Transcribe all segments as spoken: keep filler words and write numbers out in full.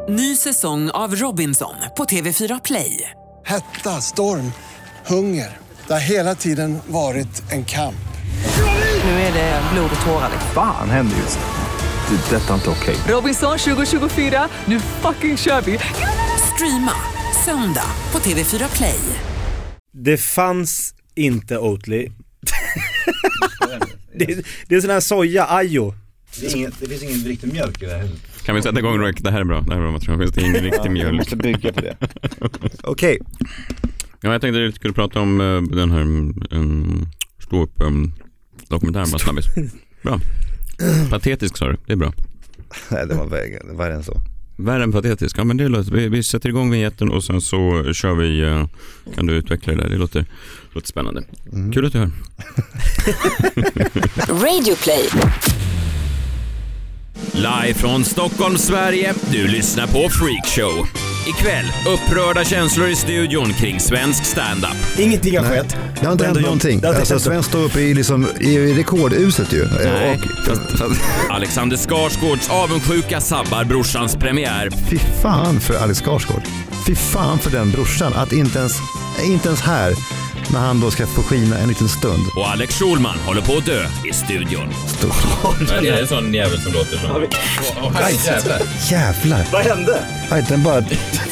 Ny säsong av Robinson på T V fyra Play. Hetta, storm, hunger. Det har hela tiden varit en kamp. Nu är det blod och tårar. Fan händer just det. Det är detta inte okej. Robinson tjugo tjugofyra, nu fucking kör vi. Streama söndag på T V fyra Play. Det fanns inte Oatly. det, det är sån här soja, ajo. Det, är inget, det finns ingen riktig mjölk i det här. Kan vi sätta igång Rick? Det här är bra. Det här är bra material. Finns det ingen riktig mjölk? Jag måste bygga på det. Okej. Ja, jag tänkte att vi skulle prata om uh, den här um, stå upp um, dokumentären bara snabbis. Bra. Patetisk sa du. Det är bra. Nej, det var värre, värre än så. Värre än patetisk. Ja, men det låter. Vi, vi sätter igång vignetten och sen så kör vi. Uh, kan du utveckla det där? Det låter, låter spännande. Mm. Kul att du hör. Radio Play. Live från Stockholm, Sverige. Du lyssnar på Freakshow. Ikväll, upprörda känslor i studion kring svensk stand-up. Ingenting har skett. Det har inte hänt någonting. Alltså, svensk står uppe i, liksom, i rekordhuset ju. Nej. Och, Fast, fast. Alexander Skarsgårds avundsjuka sabbar brorsans premiär. Fy fan för Alex Skarsgård. Fy fan för den brorsan. Att inte ens, inte ens här, när han då ska få skina en liten stund. Och Alex Schulman håller på att dö i studion. Stort. Ja, det är en sån jävel som låter som... Oh, oh, jävlar. Jävlar. Vad hände? Aj, den bara...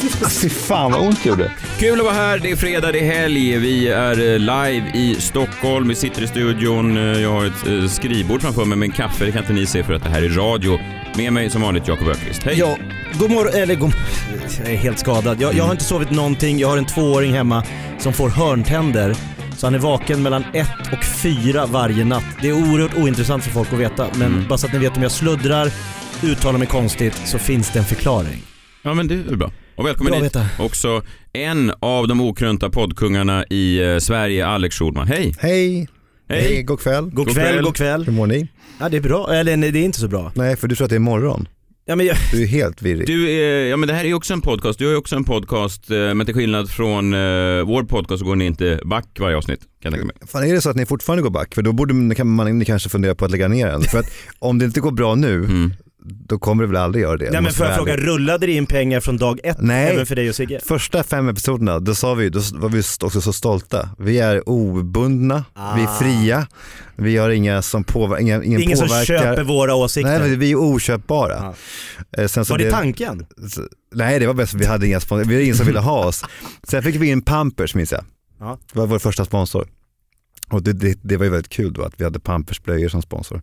Fy fan vad ont gjorde. Kul att vara här, det är fredag, det är helg. Vi är live i Stockholm, vi sitter i studion. Jag har ett skrivbord framför mig med en kaffe, det kan inte ni se för att det här är radio. Med mig som vanligt Jakob Öqvist. Hej! Ja, god morgon, eller god... Jag är helt skadad. Jag, jag har inte sovit någonting, jag har en tvååring hemma som får hörntänder. Så han är vaken mellan ett och fyra varje natt. Det är oerhört ointressant för folk att veta. Men mm. bara så att ni vet, om jag sluddrar, uttalar mig konstigt, så finns det en förklaring. Ja, men det är bra. Och välkommen hit också en av de okrönta poddkungarna i eh, Sverige, Alex Schulman. Hej! Hej! Hej! Hej, god kväll. God, god kväll, god kväll. Hur mår ni? Ja, det är bra. Eller nej, det är inte så bra. Nej, för du tror att det är morgon. Ja, men jag... Du är helt virrig. Du är, ja, men det här är ju också en podcast. Du har ju också en podcast, men till skillnad från uh, vår podcast så går ni inte back varje avsnitt. Kan jag tänka mig. Fan, är det så att ni fortfarande går back? För då borde kan man kanske fundera på att lägga ner den. För att om det inte går bra nu, mm. då kommer det väl aldrig göra det. Nej, men för jag fråga, rullade det in pengar från dag ett? Nej, även för dig och Sigge? Första fem episoderna, då sa vi, då var vi också så stolta. Vi är obundna, ah. vi är fria, vi har inga som påver- inga, ingen, ingen påverkar. Som köper våra åsikter. Nej, vi är oköpbara. Ah. Sen så var det, det tanken? Så, nej, det var bäst för vi hade inga sponsor, vi hade ingen som ville ha oss. Sen fick vi in Pampers, minns jag. Ah. Det var vår första sponsor. Och det, det, det var ju väldigt kul då att vi hade Pampers blöjor som sponsor.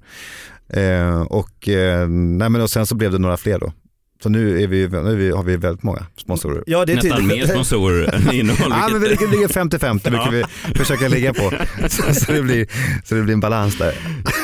Eh, och, eh, nej men och sen så blev det några fler då. Så nu, är vi, nu är vi, har vi väldigt många sponsorer. Ja, det är nästan mer sponsorer än innehåll. Ja, men vi ligger, ligger femtio femtio brukar vi försöka ligga på. Så, så, det blir, så det blir en balans där.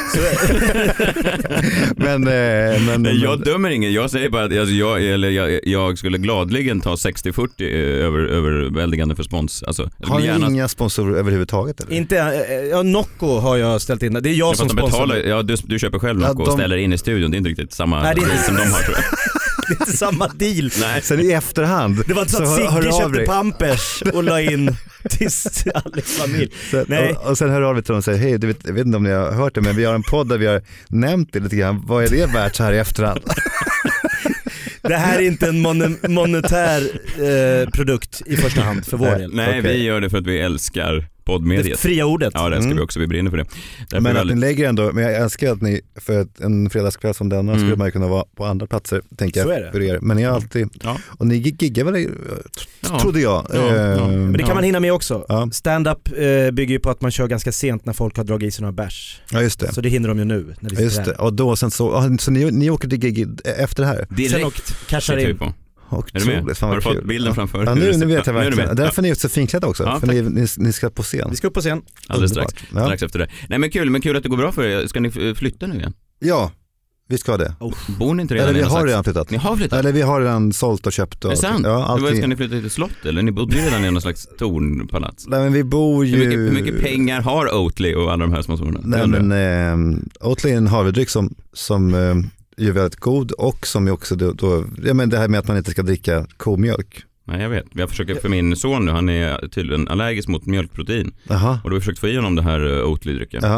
men, eh, men, men jag dömer ingen. Jag säger bara att alltså, jag, eller jag, jag skulle gladligen ta sextio fyrtio över, överväldigande för spons. Alltså, har ni gärna... inga sponsorer överhuvudtaget? Eller? Inte, ja, Nocco har jag ställt in. Det är jag, jag som sponsor. Ja, du, du köper själv Nocco ja, de... och ställer in i studion. Det är inte riktigt samma Nej, det är inte... som de har, tror jag. Det är inte samma deal. Nej. Sen i efterhand. Det var inte så att Sigge köpte Pampers och la in till Alex familj. Sen, Nej. Och, och sen hör av vi till dem och säger hej, du vet, jag vet inte om ni har hört det, men vi har en podd där vi har nämnt det lite grann. Vad är det värt så här i efterhand? Det här är inte en mon- monetär eh, produkt i första hand för vår del. Nej, okay. Vi gör det för att vi älskar poddmediet. Det fria ordet. Ja, det älskar mm. vi också, vi brinner för det. Därför men att väldigt... ni lägger ändå, men jag älskar att ni, för att en fredagskväll som denna mm. skulle man ju kunna vara på andra platser, tänker så jag för er. Men ni har alltid, ja. Och ni giggar väl, ja. trodde jag. Ja, ja. Men det kan ja. man hinna med också. Ja. Stand-up eh, bygger ju på att man kör ganska sent när folk har dragit i sig några bärs. Ja, just det. Så det hinner de ju nu. När ja, just det. Och då sen så, så ni, ni åker till gig efter det här? Direkt. Sen åkt, cashar in. Och är du med? Har du fått kul. Bilden framför? Ja, nu, nu vet jag verkligen. Därför är ni så finklädda också. Ja, för ni, ni, ni ska på scen. Vi ska upp på scen. Alldeles strax. Ja. strax efter det. Nej, men kul, men kul att det går bra för er. Ska ni flytta nu igen? Ja, vi ska det. Oh. Bor ni inte redan? Eller vi har slags... redan flyttat. Ni har flyttat? Eller vi har redan sålt och köpt. Och... Är det sant? Ja, allting... Ska ni flytta till slott eller? Ni bodde redan i någon slags tornpalats. Nej, men vi bor ju... Hur mycket, hur mycket pengar har Oatly och alla de här sponsorerna? Nej, men eh, Oatly är en havredryck som... som eh, är väldigt god och som är också då, då, ja, men det här med att man inte ska dricka komjölk. Nej, jag vet. Jag försöker för min son nu, han är tydligen allergisk mot mjölkprotein. Aha. Och då har vi försökt få i honom det här Oatly-drycken.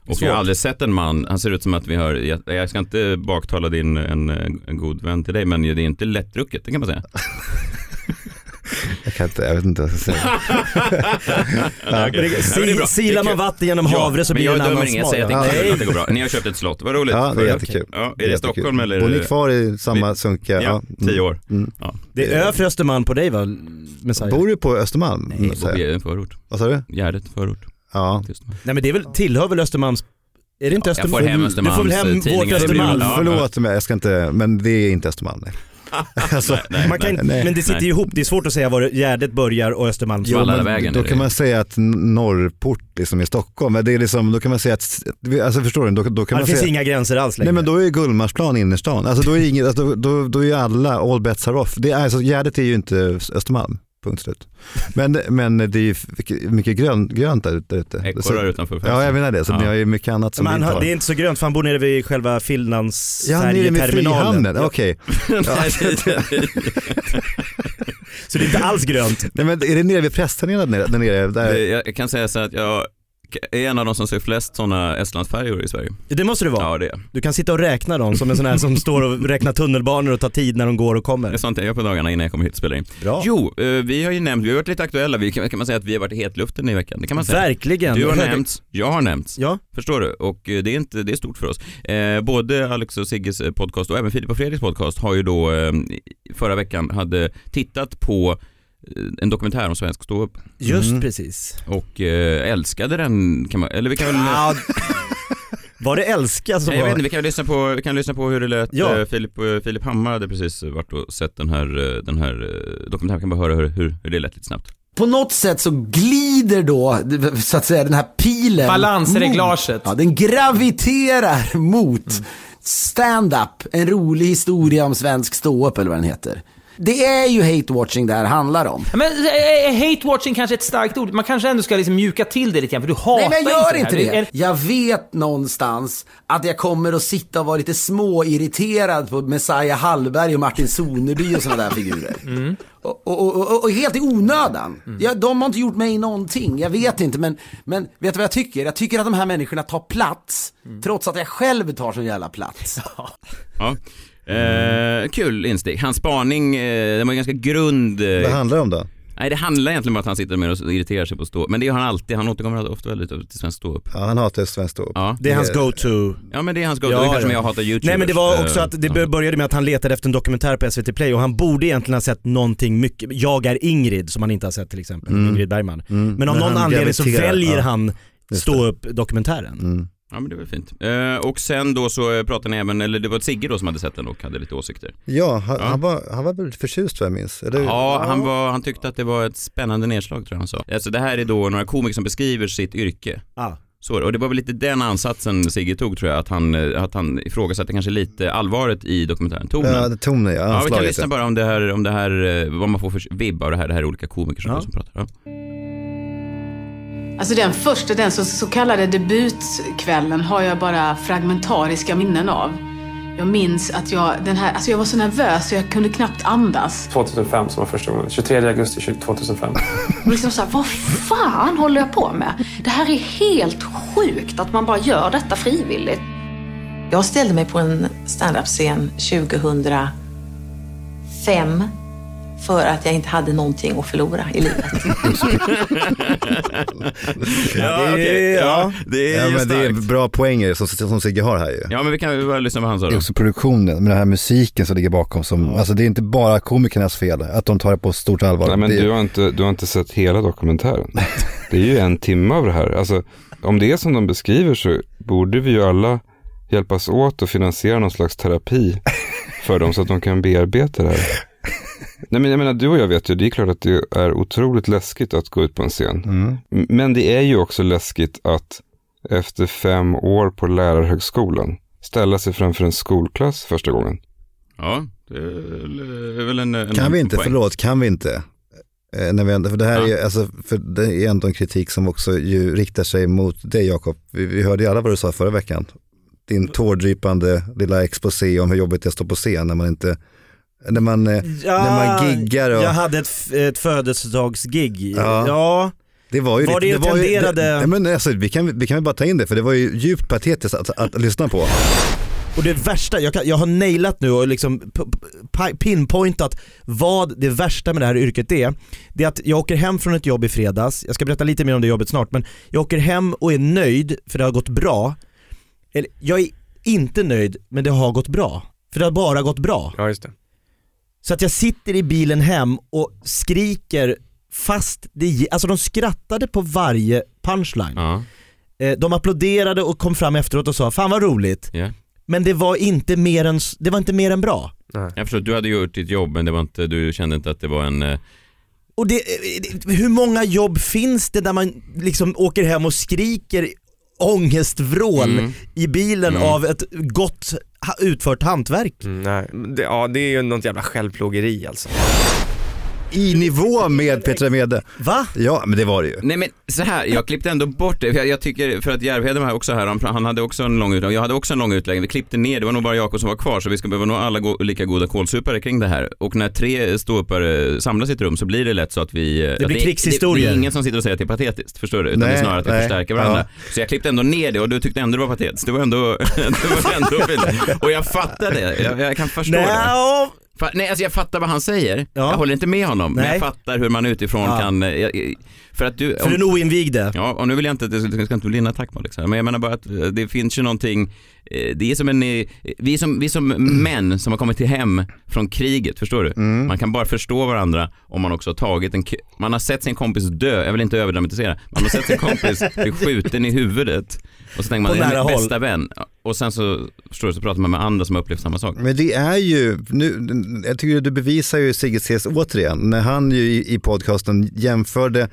Och jag har aldrig sett en man, han ser ut som att vi har, jag, jag ska inte baktala din en, en god vän till dig, men det är inte lättdrucket, det kan man säga. Jag kan inte, jag vet inte vad jag ska säga. Okay. Si, ja, silar man vatten genom havre, ja, så blir det en annan smak. Jag säger att det, ja. att det går bra. Ni har köpt ett slott, vad roligt. Ja, det är jättekul. Ja, är det, det är Stockholm eller? Bor ni kvar i samma sunkiga? Ja, ja, tio år. Mm. Ja. Det är Öfre Östermalm på dig, va? Messiah? Bor du på Östermalm? Nej, jag bor i en förort. Vad sa du? Gärdet förort. Ja. Nej, men det är väl, tillhör väl Östermalms... Är det inte ja, Östermalm? Jag får hem Östermalms du får hem vårt Östermalm. Ja, förlåt mig, jag ska inte, men det är inte Östermalm. Nej. Alltså, nej, nej, man kan, nej, men det sitter ju ihop, det är svårt att säga var Gärdet börjar och Östermalm. Jo, vägen, då kan man säga att Norrport liksom i Stockholm, det är liksom, då kan man säga att, alltså förstår du, då, då kan ja, man det finns säga, inga gränser alls längre. Nej, men då är ju Gullmarsplan innerstan, alltså då är, inget, alltså, då, då, då är alla all bets are off. Det är, alltså, Gärdet är ju inte Östermalm. Punkt slut. Men, men det är ju mycket grönt, grönt där ute. Ekorrar utanför. Ja, jag menar det. Så ja. Ni har ju mycket annat som man vi inte har. Det är inte så grönt, för han bor nere vid själva Finlands ja, färjeterminalen. Ja, okej. Okay. Så det är inte alls grönt. Nej, men är det nere vid prästterminalen där nere? Där? Jag kan säga så att jag är en av de som ser flest sådana Estlandsfärjor i Sverige. Det måste du vara. Ja, det är. Du kan sitta och räkna dem som en sån här som står och räknar tunnelbanor och tar tid när de går och kommer. Det är sånt jag gör på dagarna innan jag kommer hit och spelar in. Bra. Jo, vi har ju nämnt, vi har varit lite aktuella. Vi kan, kan man säga att vi har varit i hetluften i veckan. Det kan man säga. Verkligen. Du har nämnt, jag har nämnt. Ja. Förstår du? Och det är, inte, det är stort för oss. Eh, både Alex och Sigges podcast och även Filip och Fredriks podcast har ju då eh, förra veckan hade tittat på en dokumentär om svensk ståupp. Just mm. precis. Och eh, älskade den kan man, eller vi kan väl ja. Var det älska som Nej, jag var... vet inte, vi kan lyssna på vi kan lyssna på hur det lät. Ja. Filip Filip Hammar hade precis varit och sett den här den här dokumentären, kan bara höra hur, hur, hur det lät lite snabbt. På något sätt så glider då, så att säga, den här pilen balansreglaget. Ja, den graviterar mot stand-up, en rolig historia om svensk ståupp eller vad den heter. Det är ju hate-watching det här handlar om. Men hate-watching kanske är ett starkt ord. Man kanske ändå ska liksom mjuka till det lite grann, för du hatar. Nej, men jag gör inte det. det. Jag vet någonstans att jag kommer att sitta och vara lite småirriterad på Messiah Hallberg och Martin Soneby och såna där figurer. Mm. Och, och, och, och helt i onödan. Mm. Jag, de har inte gjort mig någonting. Jag vet inte, men, men vet du vad jag tycker? Jag tycker att de här människorna tar plats, mm. trots att jag själv tar så jävla plats. Ja. Eh, kul insteg. Hans spaning, eh, den var ganska grund. Eh, Vad handlar det om då? Nej, det handlar egentligen om att han sitter med och irriterar sig på stå. Men det gör han alltid, han återkommer ofta väldigt till svensk stå upp. Ja, han hatar svensk stå upp. Ja. Det är hans go-to. Ja, men det är hans go-to, ja, ungefär ja. som jag hatar YouTube. Nej, men det var också att det började med att han letade efter en dokumentär på S V T Play och han borde egentligen ha sett någonting mycket. Jag är Ingrid, som han inte har sett till exempel, mm. Ingrid Bergman. Mm. Men av men någon anledning så väljer ja. han stå upp dokumentären. Mm. Ja, men det var fint. Eh, och sen då så pratade ni även, eller det var ett Sigge då som hade sett den och hade lite åsikter. Ja, han, ja. han var han var väldigt förtjust vad jag minns. Eller? Ja, han, var, han tyckte att det var ett spännande nedslag, tror jag han sa. Alltså det här är då några komiker som beskriver sitt yrke. Ah. Så, och det var väl lite den ansatsen Sigge tog, tror jag, att han, att han ifrågasatte kanske lite allvaret i dokumentären. Tonen. Ja, det tonen, ja. Ja, vi kan lyssna bara om det här, om det här, vad man får för vibb av det här, det här olika komiker som, ja. som pratar. Ja. Alltså den första, den så, så kallade debutkvällen har jag bara fragmentariska minnen av. Jag minns att jag, den här, alltså jag var så nervös så jag kunde knappt andas. tjugohundrafem som var första gången, tjugotredje augusti tjugohundrafem. Och liksom så här, vad fan håller jag på med? Det här är helt sjukt att man bara gör detta frivilligt. Jag ställde mig på en stand-up-scen tjugohundrafem för att jag inte hade någonting att förlora i livet. ja, okay. ja, det är, ja, men det är bra poänger som, som Sigge har här ju. Ja, men vi kan ju bara lyssna på han sa då. Det är också produktionen, med den här musiken som ligger bakom. Som, mm. Alltså det är inte bara komikernas fel att de tar det på stort allvar. Nej, men det... du, har inte, du har inte sett hela dokumentären. Det är ju en timme av det här. Alltså, om det är som de beskriver så borde vi ju alla hjälpas åt och finansiera någon slags terapi för dem så att de kan bearbeta det här. Nej, men jag menar, du och jag vet ju, det är klart att det är otroligt läskigt att gå ut på en scen. Mm. Men det är ju också läskigt att efter fem år på lärarhögskolan ställa sig framför en skolklass första gången. Ja, det är väl en, en Kan vi inte, poäng. förlåt, kan vi inte? Eh, när vi ändå, för det här ja. är, alltså, för det är ändå en kritik som också ju riktar sig mot dig, Jakob. Vi, vi hörde ju alla vad du sa förra veckan. Din tårdrypande lilla exposé om hur jobbigt det står på scen när man inte... När man, ja, när man giggar och... Jag hade ett, ett födelsedagsgig. Ja. ja. Det var ju var det, det, var ju, det, det men alltså, vi, kan, vi kan väl bara ta in det, för det var ju djupt patetiskt att, att, att lyssna på. Och det värsta, jag, kan, jag har nailat nu och liksom p- p- pinpointat vad det värsta med det här yrket är. Det är att jag åker hem från ett jobb i fredags, jag ska berätta lite mer om det jobbet snart, men jag åker hem och är nöjd för det har gått bra. Eller, jag är inte nöjd, men det har gått bra. För det har bara gått bra. Ja, just det. Så att jag sitter i bilen hem och skriker fast det, alltså de skrattade på varje punchline. Ja. De applåderade och kom fram efteråt och sa fan vad roligt. Yeah. Men det var inte mer än, det var inte mer än bra. Nej. Jag förstår, du hade gjort ditt jobb, men det var inte, du kände inte att det var en... Och det, hur många jobb finns det där man liksom åker hem och skriker ångestvrål mm. i bilen mm. av ett gott utfört hantverk? Mm, nej, det, ja, det är ju något jävla självplågeri alltså. I nivå med Petra Mede. Va? Ja, men det var det ju. Nej, men så här, jag klippte ändå bort det. För jag, jag tycker, för att Järvheden var också här, han, han hade också en lång utläggning. Jag hade också en lång utläggning. Vi klippte ner, det var nog bara Jakob som var kvar. Så vi ska behöva nog alla go- lika goda kålsupare kring det här. Och när tre ståuppare samlas i ett rum så blir det lätt så att vi... Det blir krigshistoria. Det, det är ingen som sitter och säger att det är patetiskt, förstår du? Utan nej, det är snarare att vi nej, förstärker varandra. Ja. Så jag klippte ändå ner det och du tyckte ändå det var patetiskt. Det var ändå, det var ändå fint. Och jag fattar det. Jag, jag kan förstå nej, det. Nej, alltså jag fattar vad han säger. Ja. Jag håller inte med honom. Nej. Men jag fattar hur man utifrån ja. kan... Jag, för att du... För om, den oinvigde. Ja, och nu vill jag inte... Det ska inte bli en attack på liksom. Men jag menar bara att det finns ju någonting... Det är som en... Vi som, vi som mm. män som har kommit till hem från kriget, förstår du? Mm. Man kan bara förstå varandra om man också har tagit en... Man har sett sin kompis dö. Jag vill inte överdramatisera. Man har sett sin kompis bli skjuten i huvudet. Och så tänker man, det är min bästa vän. Och sen så, förstår du, så pratar man med andra som har upplevt samma sak. Men det är ju, nu, jag tycker du bevisar ju Sigge C's återigen, när han ju i, i podcasten jämförde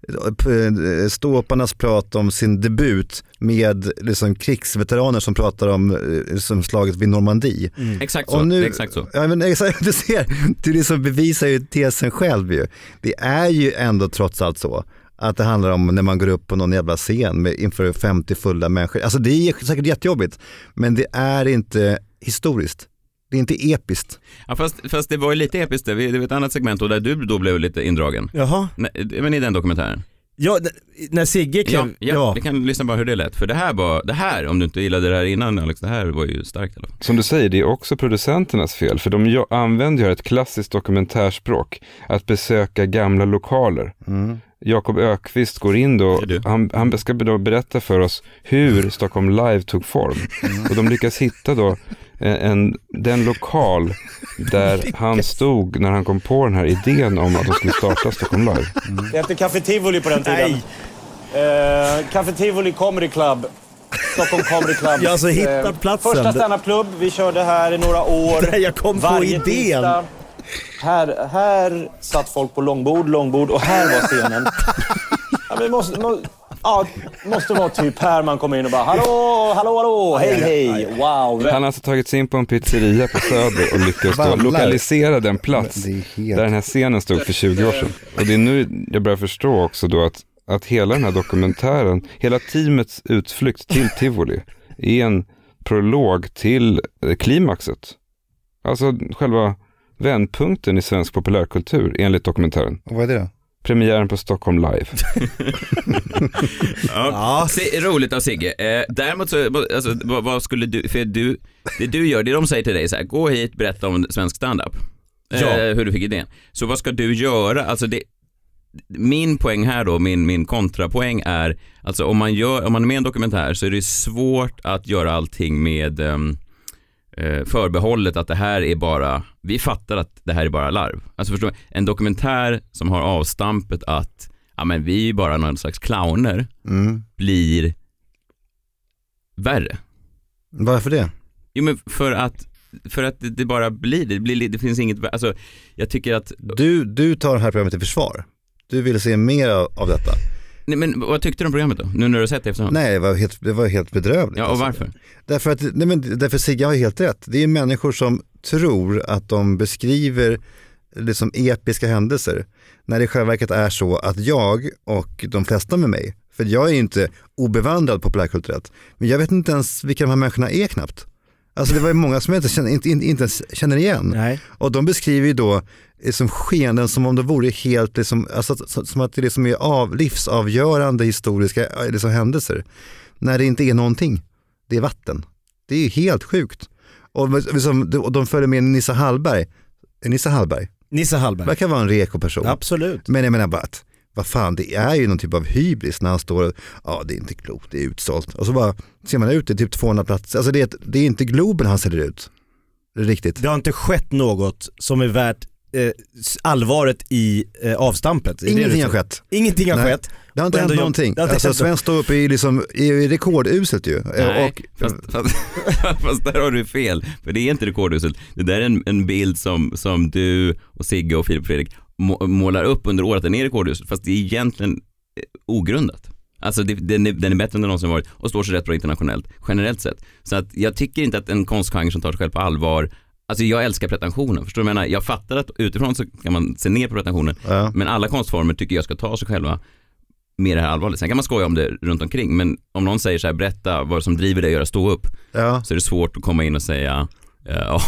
ståparnas prat om sin debut med liksom krigsveteraner som pratar om liksom slaget vid Normandie. Mm. Exakt så, nu, exakt så. Ja, men exakt, du ser, du liksom bevisar ju tesen själv ju. Det är ju ändå trots allt så att det handlar om när man går upp på någon jävla scen med inför femtio fulla människor. Alltså det är säkert jättejobbigt, men det är inte historiskt. Det är inte episkt. Ja, fast, fast det var ju lite episkt. Det var ett annat segment och där du då blev lite indragen. Jaha. Nej, men i den dokumentären. Ja, när Sigge klev... Ja, ja, ja, vi kan lyssna bara hur det lät. För det här var, det här, om du inte gillade det här innan Alex, det här var ju starkt i alla fall. Som du säger, det är också producenternas fel. För de använder ju ett klassiskt dokumentärspråk. Att besöka gamla lokaler. Mm. Jakob Ökvist går in då, han, han ska då berätta för oss hur Stockholm Live tog form. Mm. Och de lyckas hitta då en, den lokal där han stod när han kom på den här idén om att de skulle starta Stockholm Live. Mm. Det hette Café Tivoli på den tiden. Uh, Café Tivoli Comedy Club. Stockholm Comedy Club. Jag har alltså hittat platsen. Första stand-up-klubb, vi körde här i några år. Nej, jag kom på idén. Tisdag. Här, här satt folk på långbord, långbord och här var scenen. Ja, men måste, må, ja, måste vara typ här man kommer in och bara hallå, hallå, hallå, hej, hej, wow. Han har alltså tagit sig in på en pizzeria på Söder och lyckats då lokalisera den plats helt... där den här scenen stod för tjugo år sedan. Och det är nu jag börjar förstå också då att, att hela den här dokumentären, hela teamets utflykt till Tivoli är en prolog till klimaxet. Alltså själva vändpunkten i svensk populärkultur enligt dokumentären. Och vad är det då? Premiären på Stockholm Live. Ja, se, roligt av Sigge. Eh, däremot så, alltså, vad, vad skulle du, för du, det du gör, det de säger till dig så här, gå hit, berätta om svensk stand-up. Eh, ja. Hur du fick idén. Så vad ska du göra? Alltså det, min poäng här då, min, min kontrapoäng är, alltså om man gör, om man är med i en dokumentär så är det svårt att göra allting med um, förbehållet att det här är bara, vi fattar att det här är bara larv. Alltså förstår du, en dokumentär som har avstampet att ja men vi är bara någon slags clowner mm. blir värre. Varför det? Jo men för att för att det, det bara blir det blir det finns inget, alltså jag tycker att du du tar det här programmet i försvar. Du vill se mer av, av detta. Nej, men vad tyckte du om programmet då? Nu när du har sett det efterhand? Nej, det var helt, det var helt bedrövligt. Ja, och alltså. varför? Därför att, nej men, därför Sigge har helt rätt. Det är människor som tror att de beskriver liksom episka händelser. När det i själva verket är så att jag och de flesta med mig, för jag är ju inte obevandrad populärkulturellt, men jag vet inte ens vilka de här människorna är knappt. Alltså det var ju många som jag inte, känner, inte, inte ens känner igen. Nej. Och de beskriver ju då som skeenden som om det vore helt liksom, alltså, som att det liksom är av, livsavgörande historiska liksom, händelser. När det inte är någonting. Det är vatten. Det är helt sjukt. Och, liksom, och de följer med Nisse Hallberg. Nisse Hallberg? Nisse Hallberg. Det kan vara en reko-person. Absolut. Men jag menar bara att, vad fan, det är ju någon typ av hybris när han står och, ja det är inte klokt, det är utsålt. Och så bara ser man ut, det är typ tvåhundra platser. Alltså det är, det är inte Globen han säljer ut. Det är riktigt. Det har inte skett något som är värt eh, allvaret i eh, avstampet. Ingenting har skett. Ingenting har Nej. skett. Det har inte hänt någonting. Jag, alltså Sven står uppe i, liksom, i rekorduselt ju. Nej, och, fast, fast, fast där har du fel. För det är inte rekorduselt. Det där är en, en bild som, som du och Sigge och Filip och Fredrik må, målar upp under året. Den är rekorduselt. Fast det är egentligen ogrundat. Alltså det, den, är, den är bättre än den någonsin varit och står sig rätt bra internationellt, generellt sett. Så att jag tycker inte att en konstgenre som tar sig själv på allvar, alltså jag älskar pretensionen, förstår du? Jag menar, jag fattar att utifrån så kan man se ner på pretensionen, ja. Men alla konstformer tycker jag ska ta sig själva mer det här allvarligt. Sen kan man skoja om det runt omkring, men om någon säger så här, berätta vad som driver dig att göra stå upp, ja. Så är det svårt att komma in och säga ja,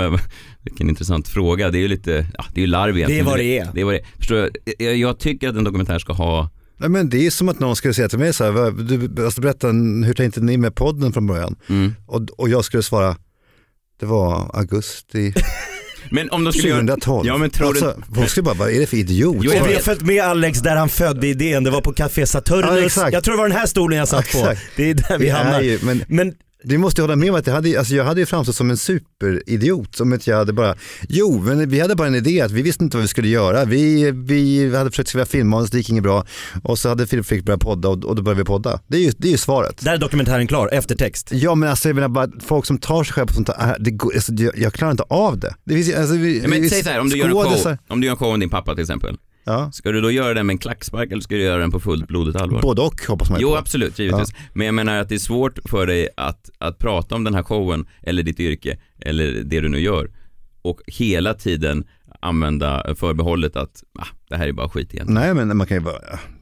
vilken intressant fråga. Det är ju lite, ja, det är ju larv egentligen. Det är vad det är. Det är vad det är. Förstår du? Jag, jag tycker att en dokumentär ska ha. Nej, men det är som att någon skulle säga till mig så här, du, alltså berätta, hur tänkte ni med podden från början? Mm. Och, och jag skulle svara, det var augusti men om de skulle tjugohundratolv. Ja, men tror alltså, du... folk skulle bara, vad är det för idiot? Jo, vi har följt med Alex där han födde idén. Det var på Café Saturnus. Ja, jag tror det var den här stolen jag satt exakt. på. Det är där vi det hamnar. Ju, men, men du måste hålla med om att jag hade, alltså jag hade ju framstått som en superidiot. Som att jag hade bara, jo men vi hade bara en idé att vi visste inte vad vi skulle göra. Vi, vi hade försökt skriva filmmanus, det gick inget bra. Och så hade Filip Frick börjat podda och, och då började vi podda. Det är ju, det är ju svaret. Där är dokumentären klar, eftertext. Ja men alltså jag menar bara, folk som tar sig själv på sånt här, det går, alltså, jag, jag klarar inte av det. Det finns, alltså, vi, ja, men vi, säg så här, om du, gör en show, om du gör en show om din pappa till exempel. Ja. Ska du då göra den med en klackspark eller ska du göra den på fullt blodigt allvar? Både och hoppas man. Jo, på. absolut, givetvis. Ja. Men jag menar att det är svårt för dig att, att prata om den här showen eller ditt yrke eller det du nu gör och hela tiden använda förbehållet att ah, det här är bara skit igen. Nej, men man kan ju bara...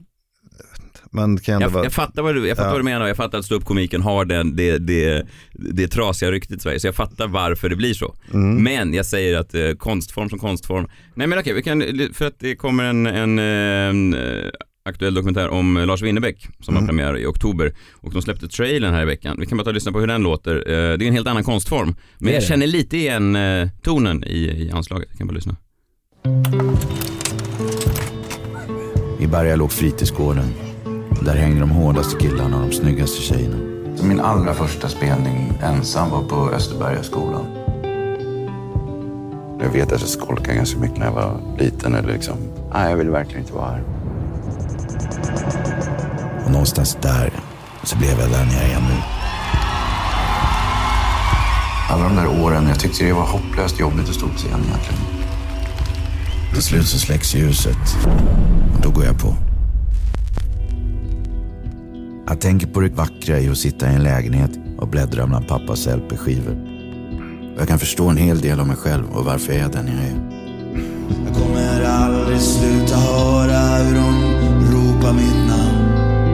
Man kan jag, bara... jag fattar vad du, jag fattar ja. vad du menar. Jag fattar att ståuppkomiken har den, det, det, det trasiga ryktet i Sverige. Så jag fattar varför det blir så. Mm. Men jag säger att eh, konstform som konstform. Nej men okej, vi kan, för att det kommer en, en, en aktuell dokumentär om Lars Winnerbäck som mm. har premiär i oktober. Och de släppte trailern här i veckan. Vi kan bara ta och lyssna på hur den låter. Eh, det är en helt annan konstform. Men jag känner lite igen eh, tonen i, i anslaget. Vi kan bara lyssna. I Berga låg fritidsgården. Där hänger de hårdaste killarna och de snyggaste tjejerna. Så min allra första spelning ensam var på Österbergaskolan. Jag vet att jag skolkade ganska mycket när jag var liten. Eller liksom, nej, jag vill verkligen inte vara här. Och någonstans där så blev jag där när jag är nu. Alla de där åren, jag tyckte det var hopplöst jobbigt att stå på scen egentligen. Till slut så släcks ljuset och då går jag på. Jag tänker på det vackra i att sitta i en lägenhet och bläddra bland pappas L P-skivor. Jag kan förstå en hel del om mig själv och varför jag är den jag är. Jag kommer aldrig sluta höra hur de ropar mitt namn.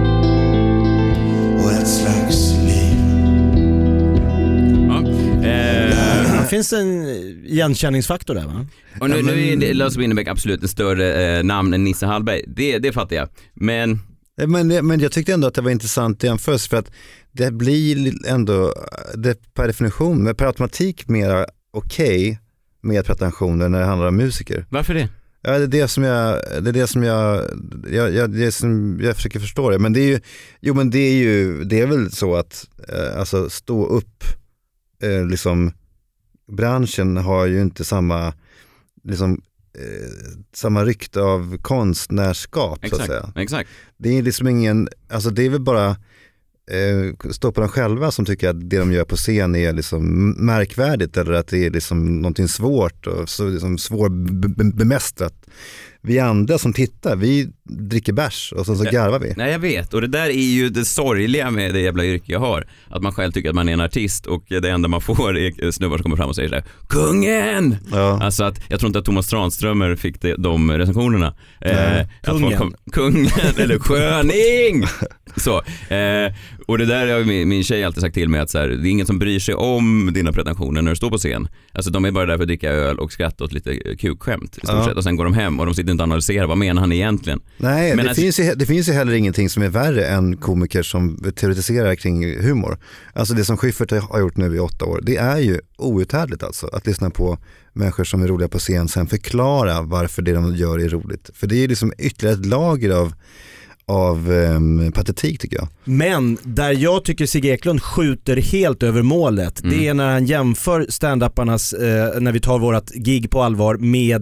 Och ett slags liv. Ja, eh, det finns en igenkänningsfaktor där, va? Och nu, nu är Lars Winnerbäck absolut en större eh, namn än Nisse Hallberg. Det, det fattar jag. Men... Men, men jag tyckte ändå att det var intressant jämförelse för att det blir ändå det per definition, med per automatik mer okej okay med pretensioner när det handlar om musiker. Varför det? Ja, det är det som jag det är det som jag jag, jag, det som jag försöker förstå det. Men det är ju jo men det är ju det är väl så att eh, alltså stå upp eh, liksom branschen har ju inte samma liksom Eh, samma rykte av konstnärskap exakt, så att säga. Exakt. Det är liksom ingen, alltså det är väl bara eh, stå på dem själva som tycker att det de gör på scen är liksom märkvärdigt eller att det är liksom någonting svårt och så liksom svårbemästrat. vi andra som tittar, vi dricker bärs och sen så garvar vi. Nej, jag vet. Och det där är ju det sorgliga med det jävla yrke jag har. Att man själv tycker att man är en artist och det enda man får är snubbar som kommer fram och säger så här: Kungen! Ja. Alltså att jag tror inte att Thomas Tranströmer fick det, de recensionerna. Eh, Kungen. Kom, kungen eller sköning! Så. Eh, och det där har min, min tjej alltid sagt till mig att så här, det är ingen som bryr sig om dina pretensioner när du står på scen. Alltså de är bara där för att dricka öl och skratta åt lite kukskämt i stort Ja. sett. Och sen går de hem och de sitter inte och analyserar vad menar han egentligen. Nej, Men det, alltså, finns ju, det finns ju heller ingenting som är värre än komiker som teoretiserar kring humor. Alltså det som Schyffert har gjort nu i åtta år, det är ju outhärdligt alltså. Att lyssna på människor som är roliga på scen, sen förklara varför det de gör är roligt. För det är ju liksom ytterligare ett lager av av um, patetik tycker jag. Men där jag tycker Sigge Eklund skjuter helt över målet, Mm. det är när han jämför stand-uparnas, eh, när vi tar vårat gig på allvar, med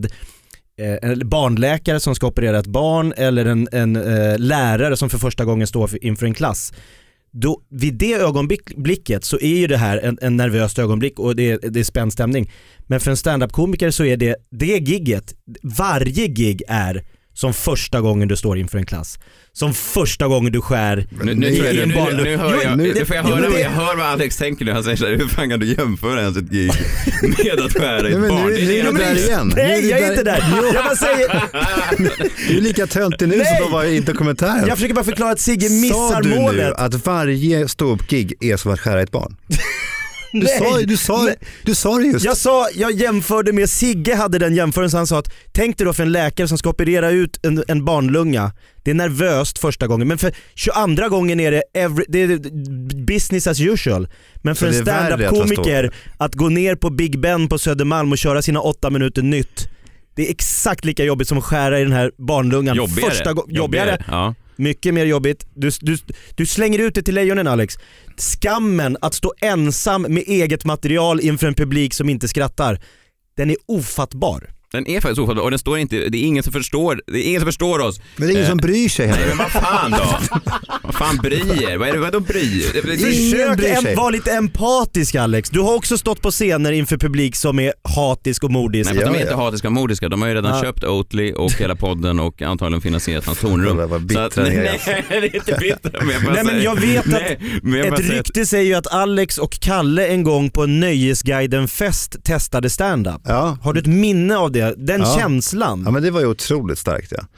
eh, en barnläkare som ska operera ett barn eller en, en eh, lärare som för första gången står för, inför en klass. Då, vid det ögonblicket så är ju det här en, en nervöst ögonblick och det, det är spänd stämning. Men för en stand-up-komiker så är det, det gigget, varje gig är som första gången du står inför en klass. Som första gången du skär. Nu, nu, i nu, nu, en nu, barn- nu hör jag, Jo, nu får jag jo, höra, men det- jag hör vad Alex tänker nu. Han säger så här: hur fan kan du jämföra ens ett gig med att skära i Nej, ett men barn? nu- Det är nu det är jag du där bryr- igen. Nej, jag är inte där. Jag bara säger, Du är lika töntig nu som de var i dokumentären. jag försöker bara förklara att Sigge missar Sa du nu målet. att varje ståuppgig är som att skära ett barn? Du Nej. sa, du, sa, Nej. du sa det just. Jag sa, jag jämförde med Sigge, hade den jämförelsen. Han sa att tänk dig då för en läkare som ska operera ut en, en barnlunga. Det är nervöst första gången, men för tjugoandra gången är det, every, det är business as usual. Men för Så en det är värre att vara stand-up-komiker att gå ner på Big Ben på Södermalm och köra sina åtta minuter nytt, det är exakt lika jobbigt som att skära i den här barnlungan. Jobbigare. Första go- Jobbigare, jobbigare. ja. Mycket mer jobbigt. Du, du, du slänger ut det till lejonen, Alex. Skammen att stå ensam med eget material inför en publik som inte skrattar, den är ofattbar. Den är faktiskt ofattbar och den står inte, det är ingen som förstår, det är ingen som förstår oss. Men det är ingen Eh, som bryr sig Nej, heller. men vad fan då? Vad fan bryr? Vad är det, vad de bryr? Det- det- Försök bryr sig. em- vara lite empatisk, Alex. Du har också stått på scener inför publik som är hatisk och mordisk. Nej, men de är Ja, inte ja. hatiska och modiska. De har ju redan Ja. köpt Oatly och hela podden och antagligen finansierat hans tonrum. Kolla vad bittra Så att- ni är, nej, alltså. det är inte bittra. Men jag bara Nej, men säger- jag vet att Nej, men jag bara Ett säger att- rykte säger ju att Alex och Kalle en gång på en Nöjesguiden-fest testade stand-up. Ja. Har du ett minne av det? Den Ja. känslan? Ja, men det var ju otroligt starkt. Ja.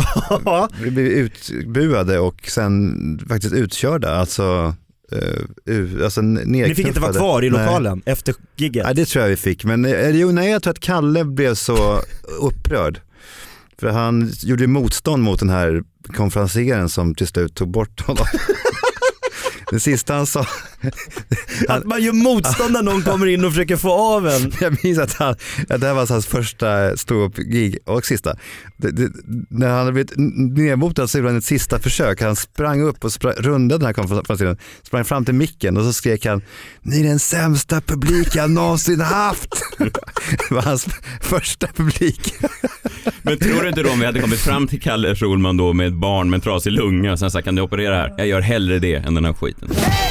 Ja. Vi blev utbuade och sen faktiskt utkörda. Alltså, uh, uh, alltså nedknuffade. Ni fick inte vara kvar i lokalen efter gigget? Nej, det tror jag vi fick. Men eh, jo, nej, jag tror att Kalle blev så upprörd. För han gjorde ju motstånd mot den här konferencieren som till slut tog bort honom. Det sista han sa... Att man gör motstånd när någon kommer in och försöker få av en. Jag minns att, han, att det här var hans första stå-upp-gig och sista. Det, det, när han hade blivit nedmotad så gjorde han ett sista försök. Han sprang upp och sprang, rundade den här konferensen, sprang fram till micken och så skrek han: ni är den sämsta publik jag någonsin haft. Det var hans första publik. Men tror du inte då om vi hade kommit fram till Kalle Schulman då med ett barn med en trasig lunga och sen sagt, kan du operera här? Jag gör hellre det än den här skiten.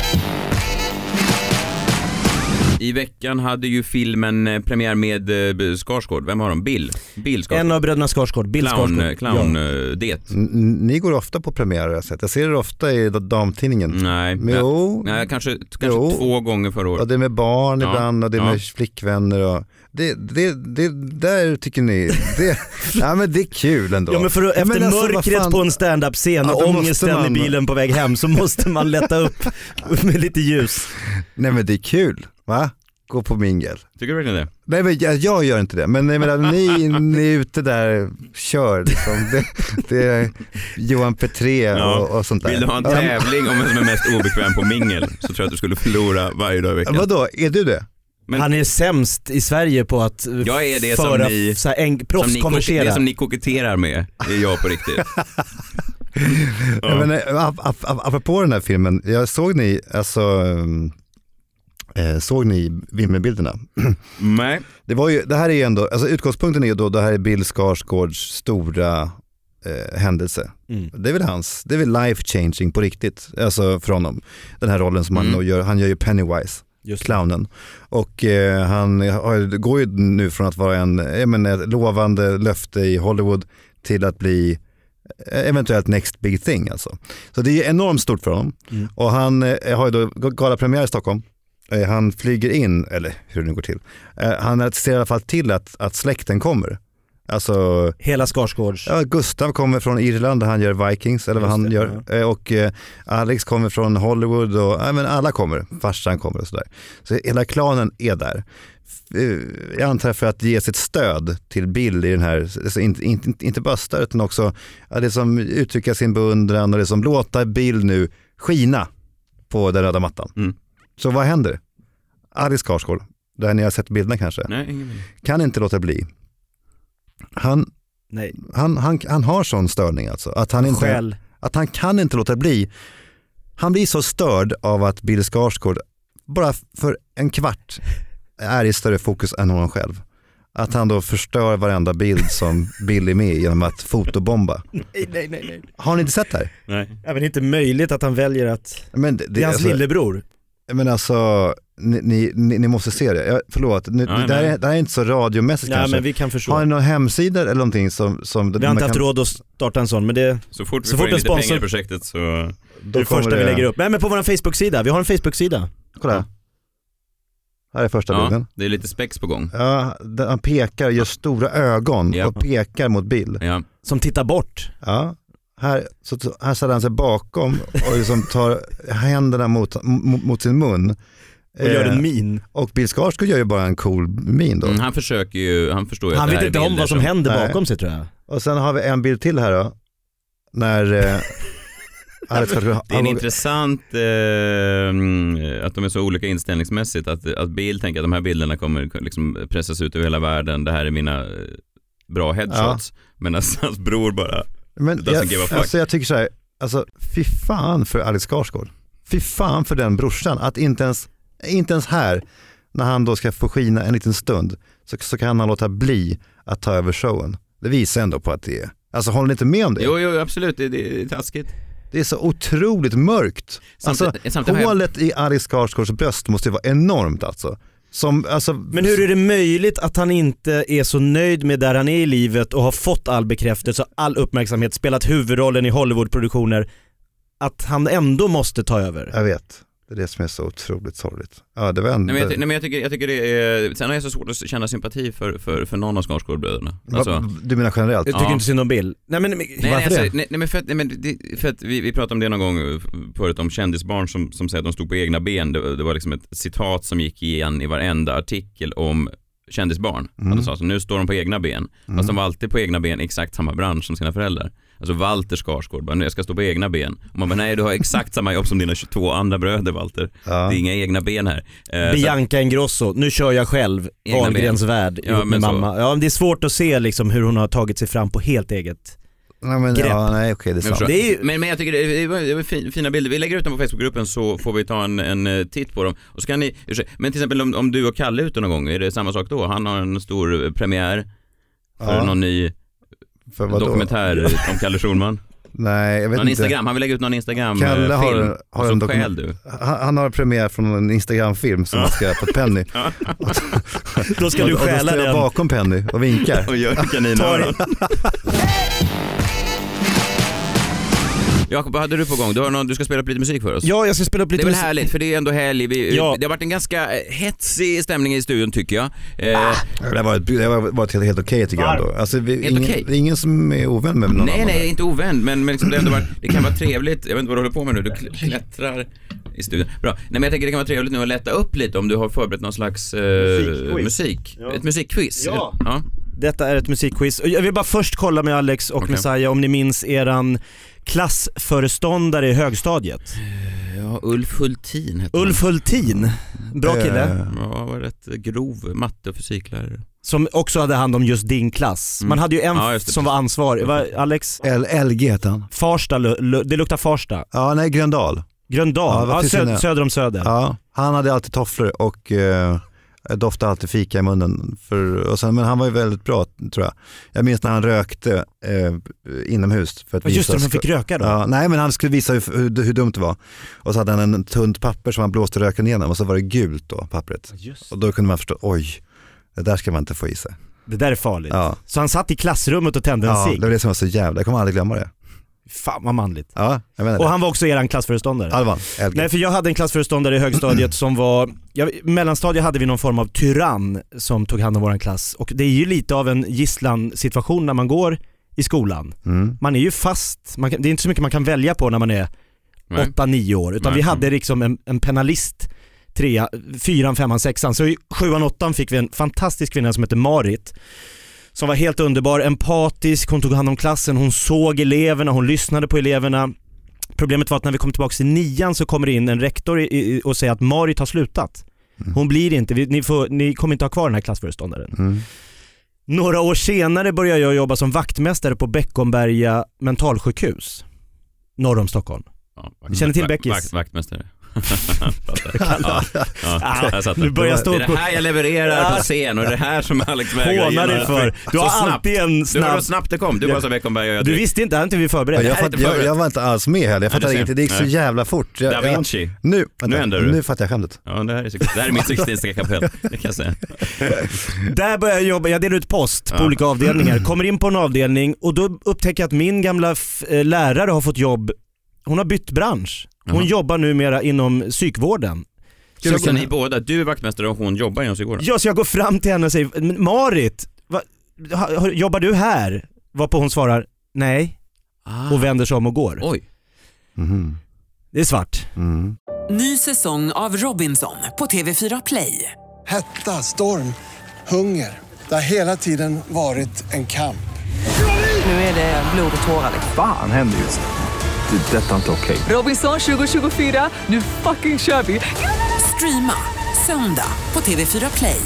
I veckan hade ju filmen eh, premiär med eh, Skarsgård. Vem har de? Bill? Bill Skarsgård. En av bröderna Skarsgård, Bill Clown, Skarsgård. clown Ja. eh, det. N- ni går ofta på premiärer, jag har sett. Jag ser det ofta i damtidningen. Nej, Men, jo, nej, nej kanske, kanske Jo. två gånger förra och året. det är med barn Ja, ibland och det är ja. med flickvänner och det, det, det där tycker ni det, ja, men det är kul ändå. Ja, men för att, Ja, efter men alltså, vad mörkret fan- på en stand-up-scen Ja, och då måste ångesten man- i bilen på väg hem, så måste man lätta upp med lite ljus. Nej, men det är kul, va? Gå på mingel. Tycker du verkligen det? Nej, men jag, jag gör inte det, men jag menar, ni, ni är ute där, kör liksom. Det, det är Johan Petré Ja. och, och sånt där. Vill du ha en Ja, tävling om vem som är mest obekväm på mingel, så tror jag att du skulle förlora varje dag i veckan. vadå, är du det? Men- Han är sämst i Sverige på att Jag är det som föra ni- så här en, Som ni, proffskonversera. det som ni koketterar med, det är jag på riktigt. Ja. Men, eh, ap- ap- ap- apropå den här filmen, jag såg ni, alltså, eh, såg ni vimmelbilderna? Nej. Det, var ju, det här är ju ändå, alltså utgångspunkten är ju då, det här är Bill Skarsgårds stora eh, händelse. Mm. Det är väl hans, det är väl life changing på riktigt, alltså för honom. Den här rollen som Mm. han gör, han gör ju Pennywise. Just det. Clownen. Och eh, han har, går ju nu från att vara en, jag menar, lovande löfte i Hollywood till att bli eventuellt next big thing alltså. Så det är enormt stort för honom. Mm. Och han eh, har ju då galapremiär i Stockholm. Eh, han flyger in, eller hur det nu går till. Eh, han ser i alla fall till att, att släkten kommer. Alltså, hela Skarsgårds. Ja, Gustav kommer från Irland där han gör Vikings eller vad han det, gör. Ja. Och eh, Alex kommer från Hollywood och ja, men alla kommer. Farsan kommer och sådär. Så hela klanen är där. Jag antar för att ge sitt stöd till Bill i den här, alltså inte, inte, inte bara stöd utan också ja, det som uttrycka sin beundran och det som låta Bill nu skina på den röda mattan. Mm. Så vad händer? Alex Skarsgård, där ni har sett bilderna kanske, Nej, ingen kan inte låta bli. Han, Nej. Han, han, han har sån störning alltså. Att han, inte, Själ. att han kan inte låta bli. Han blir så störd av att Bill Skarsgård bara för en kvart är i större fokus än honom själv. Att han då förstör varenda bild som Bill är med genom att fotobomba. Nej, nej, nej, nej. Har ni inte sett det här? Nej. Ja, men det är inte möjligt att han väljer att... Men det, det är hans alltså, lillebror. Men alltså, ni, ni, ni måste se det. Jag, förlåt, nu, ja, det, där är, det här är inte så radiomässigt ja, kanske. Men vi kan förstå. Har ni någon hemsida eller någonting som... som vi har inte haft kan... råd att starta en sån, men det... Så fort vi så får fort in lite sponsor... pengar i projektet så... Det är det första det... vi lägger upp. Nej, men på vår Facebook-sida. Vi har en Facebook-sida. Kolla. Ja. Här är första ja, bilden. Det är lite spex på gång. Ja, han pekar, gör stora ögon ja. och pekar mot Bill. Ja. Som tittar bort. Ja. Här, så, här ställer han sig bakom och liksom tar händerna mot, mot, mot sin mun. Och gör en min. Och Bill Skarsgård gör ju bara en cool min då. Mm, han försöker ju, han förstår ju han att det vet inte om vad som, som händer Nej. bakom sig tror jag. Och sen har vi en bild till här då. När... Eh, Alex Skarsgård, det är en intressant eh, att de är så olika inställningsmässigt. Att, att Bill tänker att de här bilderna kommer liksom pressas ut över hela världen. Det här är mina bra headshots. Ja. Men alltså, hans bror bara... Men jag, alltså jag tycker så här, alltså fy fan för Alex Skarsgård. Fy fan för den brorsan att inte ens, inte ens här när han då ska få skina en liten stund så, så kan han låta bli att ta över showen. Det visar ändå på att det är, alltså håller ni inte med om det? Jo, jo absolut, det, det är taskigt. Det är så otroligt mörkt. Samtidigt, alltså samtidigt hålet jag... i Alex Skarsgårds bröst måste ju vara enormt alltså. Som, alltså. Men hur är det möjligt att han inte är så nöjd med där han är i livet och har fått all bekräftelse, all uppmärksamhet, spelat huvudrollen i Hollywoodproduktioner, att han ändå måste ta över? Jag vet. Det är det som är så otroligt sorgligt. Ja, det var ändå... nej, men jag, nej, men jag, tycker, jag tycker det är... Sen har jag så svårt att känna sympati för, för, för någon av Skarsgårdbröderna. Alltså, du menar generellt? Jag tycker ja. inte synd om Bill. Nej, men, nej, varför nej, alltså, det? Nej, nej, men för att, nej, men det, för att vi, vi pratade om det någon gång förut om kändisbarn som, som säger att de stod på egna ben. Det, det var liksom ett citat som gick igen i varenda artikel om kändisbarn. Mm. Att de sa så, nu står de på egna ben. Mm. Fast de var alltid på egna ben i exakt samma bransch som sina föräldrar. Alltså Walter Skarsgård, bara, nu jag ska stå på egna ben. Och man bara, nej du har exakt samma jobb som dina tjugotvå andra bröder, Walter. Ja. Det är inga egna ben här. Eh, Bianca Ingrosso, nu kör jag själv Wahlgrens värld ja, ihop med mamma. Ja, det är svårt att se liksom hur hon har tagit sig fram på helt eget nej, men, grepp. Ja, nej, okej, det är sant. Men, det är ju... men, men jag tycker det är, det är fin, fina bilder. Vi lägger ut dem på Facebookgruppen så får vi ta en, en titt på dem. Och så kan ni, men till exempel om, om du och Kalle är ute någon gång, är det samma sak då? Han har en stor premiär för ja. någon ny för dokumentär om Kalle Schulman. Nej, jag vet någon inte. Instagram, han vill lägga ut någon Instagram Kalle har, film. har en dokument- du. Han, han har premiär från en Instagram-film som ja. han ska på Penny. Ja. Då ska du stjäla den. Då står jag bakom Penny och vinkar. Och gör kaninöron. Jakob, vad hade du på gång? Du, har någon, du ska spela upp lite musik för oss. Ja, jag ska spela upp lite musik. Det är väl härligt, för det är ändå helg. Vi, ja. Det har varit en ganska hetsig stämning i studion tycker jag. Eh, ah, det var ett, det var ett helt, helt okej tycker jag ändå. Alltså, vi, ingen, okay. Det är ingen som är ovän med någon Nej, annan. nej, inte ovän. Men, men liksom det, ändå var, det kan vara trevligt. Jag vet inte vad du håller på med nu. Du klättrar i studion. Bra. Nej, men jag tänker det kan vara trevligt nu att lätta upp lite om du har förberett någon slags eh, musik. Ja. Ett musikquiz. Ja. ja. Detta är ett musikquiz. Jag vill bara först kolla med Alex och okay. Messiah om ni minns eran klassföreståndare i högstadiet. Ja, Ulf Hultin heter Ulf Hultin, bra kille. Ja, var rätt grov matte- och fysiklärare. Som också hade hand om just din klass. Man hade ju en ja, som var ansvarig. Var Alex? L- LG heter han. Farsta, det luktar Farsta. Ja, nej, Gröndal. Gröndal, ja, ja, söd, söder om Söder. Ja, han hade alltid tofflor och... Uh... doftade alltid fika i munnen för, och sen, men han var ju väldigt bra tror jag. Jag minns när han rökte eh, inomhus för att just visa, det, han fick röka då? Ja, nej men han skulle visa hur, hur, hur dumt det var. Och så hade han en tunt papper som han blåste röken igenom och så var det gult då, pappret. Just. Och då kunde man förstå, oj, det där ska man inte få i sig. Det där är farligt. Ja. Så han satt i klassrummet och tände en Ja, cigg. det var det som var så jävla, jag kommer aldrig glömma det. Fan vad manligt. Ja, jag menar det. Och han var också eran klassföreståndare. Alvan, Nej, för jag hade en klassföreståndare i högstadiet som var, jag, mellanstadiet hade vi någon form av tyrann som tog hand om våran klass. Och det är ju lite av en gisslansituation när man går i skolan. Mm. Man är ju fast, man kan, det är inte så mycket man kan välja på när man är åtta nio år. Utan Nej. vi hade liksom en, en penalist, trea, fyran, femman, sexan. Så i sjuan, åttan fick vi en fantastisk kvinna som heter Marit. Som var helt underbar, empatisk, hon tog hand om klassen, hon såg eleverna, hon lyssnade på eleverna. Problemet var att när vi kom tillbaka till nian så kommer det in en rektor i, i, och säger att Marit har slutat. Hon blir inte, vi, ni, får, ni kommer inte ha kvar den här klassföreståndaren. Mm. Några år senare började jag jobba som vaktmästare på Beckomberga mentalsjukhus norr om Stockholm. Ja, Vi känner till vakt, Beckis. vakt, vaktmästare. ja, ja, Ah, jag satt nu börjar jag stå det är på- det här jag levererar på scen och det här som Alex vägrar Hånar dig för. Du har Så snabbt. alltid en Du var snabb... så snabbt det kom. Du var så Beckomberg och jag Du visste inte, hade inte vi förberett. Ja, jag, här är fatt, inte jag, förberett. jag var inte alls med heller, jag fattar du ser. ingenting, det gick så Nej. jävla fort. Jag, Da Vinci. Jag, nu, vänta, Nu ändrar du. nu fattar jag skämtet. Ja, det här är, det här är mitt Sixtinska kapell, det kan jag säga. Där började jag jobba, jag delar ut post på Ja. olika avdelningar. Kommer in på en avdelning och då upptäcker jag att min gamla f- eh, lärare har fått jobb. Hon har bytt bransch. Hon Jaha. jobbar numera inom psykvården. Så jag, kan ni båda, du är vaktmästare och hon jobbar inom psykvården? ja, så jag går fram till henne och säger, "Men Marit, va, ha, ha, jobbar du här?" Varpå hon svarar, nej. Ah. Och vänder sig om och går. Oj. Mm. Det är svart. Mm. Ny säsong av Robinson på T V fyra Play. Hetta, storm, hunger. Det har hela tiden varit en kamp. Nu är det blod och tårar. Fan händer just det. Det är detta inte okej. Robinson tjugo tjugofyra, nu fucking kör vi! Streama söndag på T V fyra Play.